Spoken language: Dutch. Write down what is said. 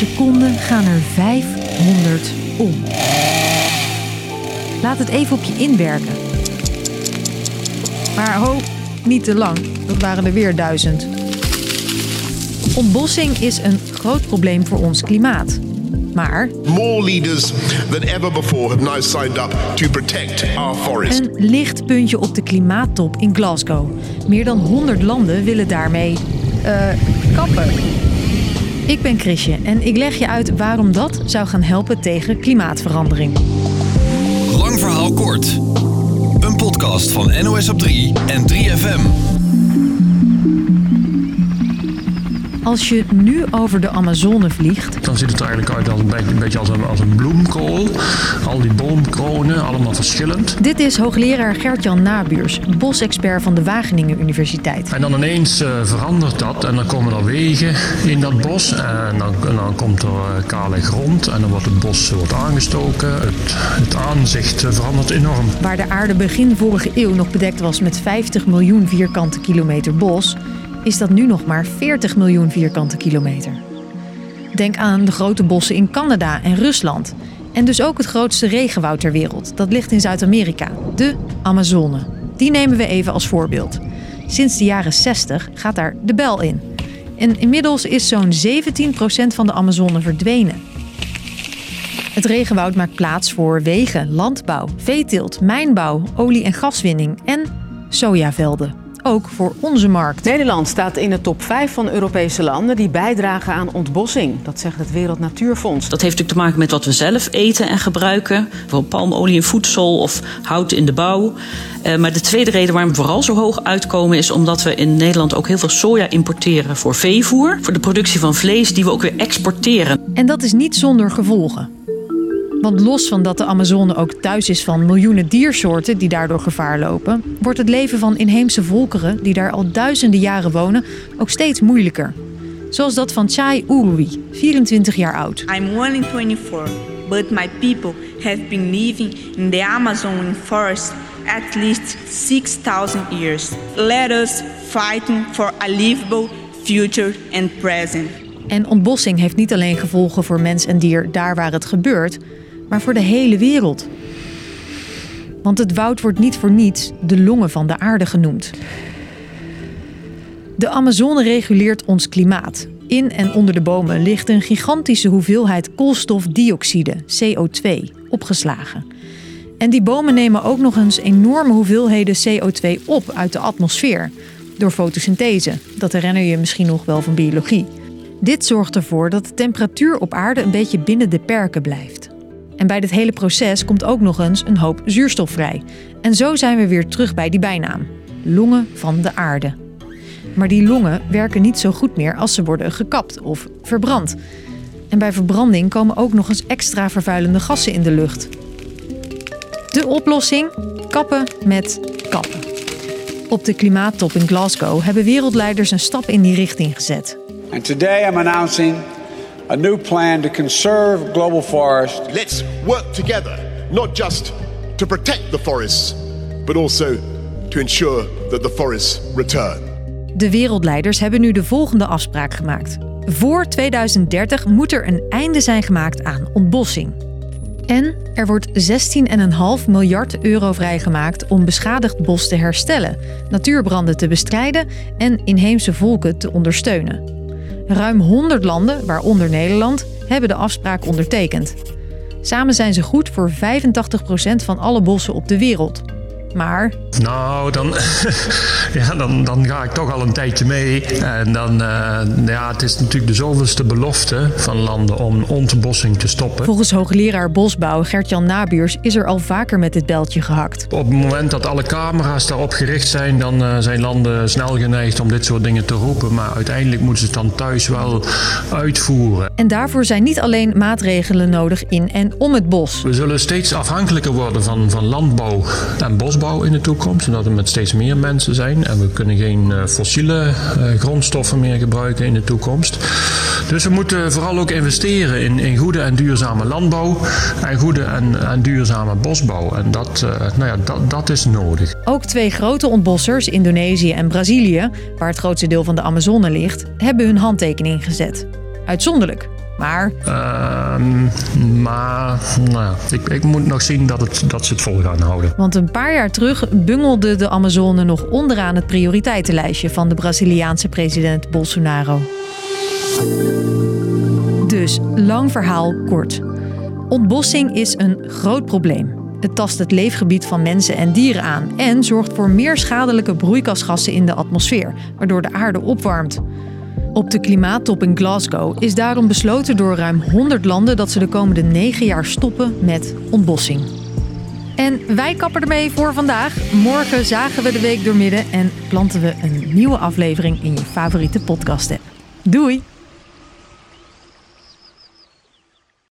seconde gaan er 500 om. Laat het even op je inwerken. Maar niet te lang. Dat waren er weer 1000. Ontbossing is een groot probleem voor ons klimaat. Maar more leaders than ever before have now signed up to protect our forest. Een licht puntje op de klimaattop in Glasgow. Meer dan 100 landen willen daarmee kappen. Ik ben Chrisje en ik leg je uit waarom dat zou gaan helpen tegen klimaatverandering. Lang verhaal kort. Een podcast van NOS op 3 en 3FM. Als je nu over de Amazone vliegt, dan ziet het er eigenlijk uit als een beetje als een bloemkool. Al die boomkronen, allemaal verschillend. Dit is hoogleraar Gert-Jan Nabuurs, bosexpert van de Wageningen Universiteit. En dan ineens verandert dat en dan komen er wegen in dat bos. En dan komt er kale grond en dan wordt het bos aangestoken. Het aanzicht verandert enorm. Waar de aarde begin vorige eeuw nog bedekt was met 50 miljoen vierkante kilometer bos, is dat nu nog maar 40 miljoen vierkante kilometer. Denk aan de grote bossen in Canada en Rusland. En dus ook het grootste regenwoud ter wereld. Dat ligt in Zuid-Amerika, de Amazone. Die nemen we even als voorbeeld. Sinds de jaren 60 gaat daar de bel in. En inmiddels is zo'n 17% van de Amazone verdwenen. Het regenwoud maakt plaats voor wegen, landbouw, veeteelt, mijnbouw, olie- en gaswinning en sojavelden. Ook voor onze markt. Nederland staat in de top 5 van Europese landen die bijdragen aan ontbossing. Dat zegt het Wereld Natuurfonds. Dat heeft natuurlijk te maken met wat we zelf eten en gebruiken. Bijvoorbeeld palmolie in voedsel of hout in de bouw. Maar de tweede reden waarom we vooral zo hoog uitkomen is omdat we in Nederland ook heel veel soja importeren voor veevoer. Voor de productie van vlees die we ook weer exporteren. En dat is niet zonder gevolgen. Want los van dat de Amazone ook thuis is van miljoenen diersoorten die daardoor gevaar lopen, wordt het leven van inheemse volkeren die daar al duizenden jaren wonen ook steeds moeilijker. Zoals dat van Chai Urui, 24 jaar oud. I'm only 24, but my people have been living in the Amazon forest at least 6,000 years. Let us fight for a livable future and present. En ontbossing heeft niet alleen gevolgen voor mens en dier daar waar het gebeurt, maar voor de hele wereld. Want het woud wordt niet voor niets de longen van de aarde genoemd. De Amazone reguleert ons klimaat. In en onder de bomen ligt een gigantische hoeveelheid koolstofdioxide, CO2, opgeslagen. En die bomen nemen ook nog eens enorme hoeveelheden CO2 op uit de atmosfeer. Door fotosynthese. Dat herinner je misschien nog wel van biologie. Dit zorgt ervoor dat de temperatuur op aarde een beetje binnen de perken blijft. En bij dit hele proces komt ook nog eens een hoop zuurstof vrij. En zo zijn we weer terug bij die bijnaam. Longen van de aarde. Maar die longen werken niet zo goed meer als ze worden gekapt of verbrand. En bij verbranding komen ook nog eens extra vervuilende gassen in de lucht. De oplossing? Kappen met kappen. Op de klimaattop in Glasgow hebben wereldleiders een stap in die richting gezet. And today I'm announcing a new plan to conserve global forests. Let's work together, not just to protect the forests, but also to ensure that the forests return. De wereldleiders hebben nu de volgende afspraak gemaakt. Voor 2030 moet er een einde zijn gemaakt aan ontbossing. En er wordt 16,5 miljard euro vrijgemaakt om beschadigd bos te herstellen, natuurbranden te bestrijden en inheemse volken te ondersteunen. Ruim 100 landen, waaronder Nederland, hebben de afspraak ondertekend. Samen zijn ze goed voor 85% van alle bossen op de wereld. Maar Nou, dan ga ik toch al een tijdje mee. En dan, het is natuurlijk de zoveelste belofte van landen om ontbossing te stoppen. Volgens hoogleraar bosbouw Gert-Jan Nabuurs is er al vaker met dit bijltje gehakt. Op het moment dat alle camera's daarop gericht zijn, dan zijn landen snel geneigd om dit soort dingen te roepen. Maar uiteindelijk moeten ze het dan thuis wel uitvoeren. En daarvoor zijn niet alleen maatregelen nodig in en om het bos. We zullen steeds afhankelijker worden van landbouw en bosbouw in de toekomst. Zodat er met steeds meer mensen zijn. En we kunnen geen fossiele grondstoffen meer gebruiken in de toekomst. Dus we moeten vooral ook investeren in goede en duurzame landbouw. En goede en duurzame bosbouw. En dat is nodig. Ook 2 grote ontbossers, Indonesië en Brazilië, waar het grootste deel van de Amazone ligt, hebben hun handtekening gezet. Uitzonderlijk. Maar ik moet nog zien dat ze het vol gaan houden. Want een paar jaar terug bungelde de Amazone nog onderaan het prioriteitenlijstje van de Braziliaanse president Bolsonaro. Dus, lang verhaal kort. Ontbossing is een groot probleem. Het tast het leefgebied van mensen en dieren aan en zorgt voor meer schadelijke broeikasgassen in de atmosfeer, waardoor de aarde opwarmt. Op de klimaattop in Glasgow is daarom besloten door ruim 100 landen dat ze de komende 9 jaar stoppen met ontbossing. En wij kappen ermee voor vandaag. Morgen zagen we de week doormidden en planten we een nieuwe aflevering in je favoriete podcast-app. Doei!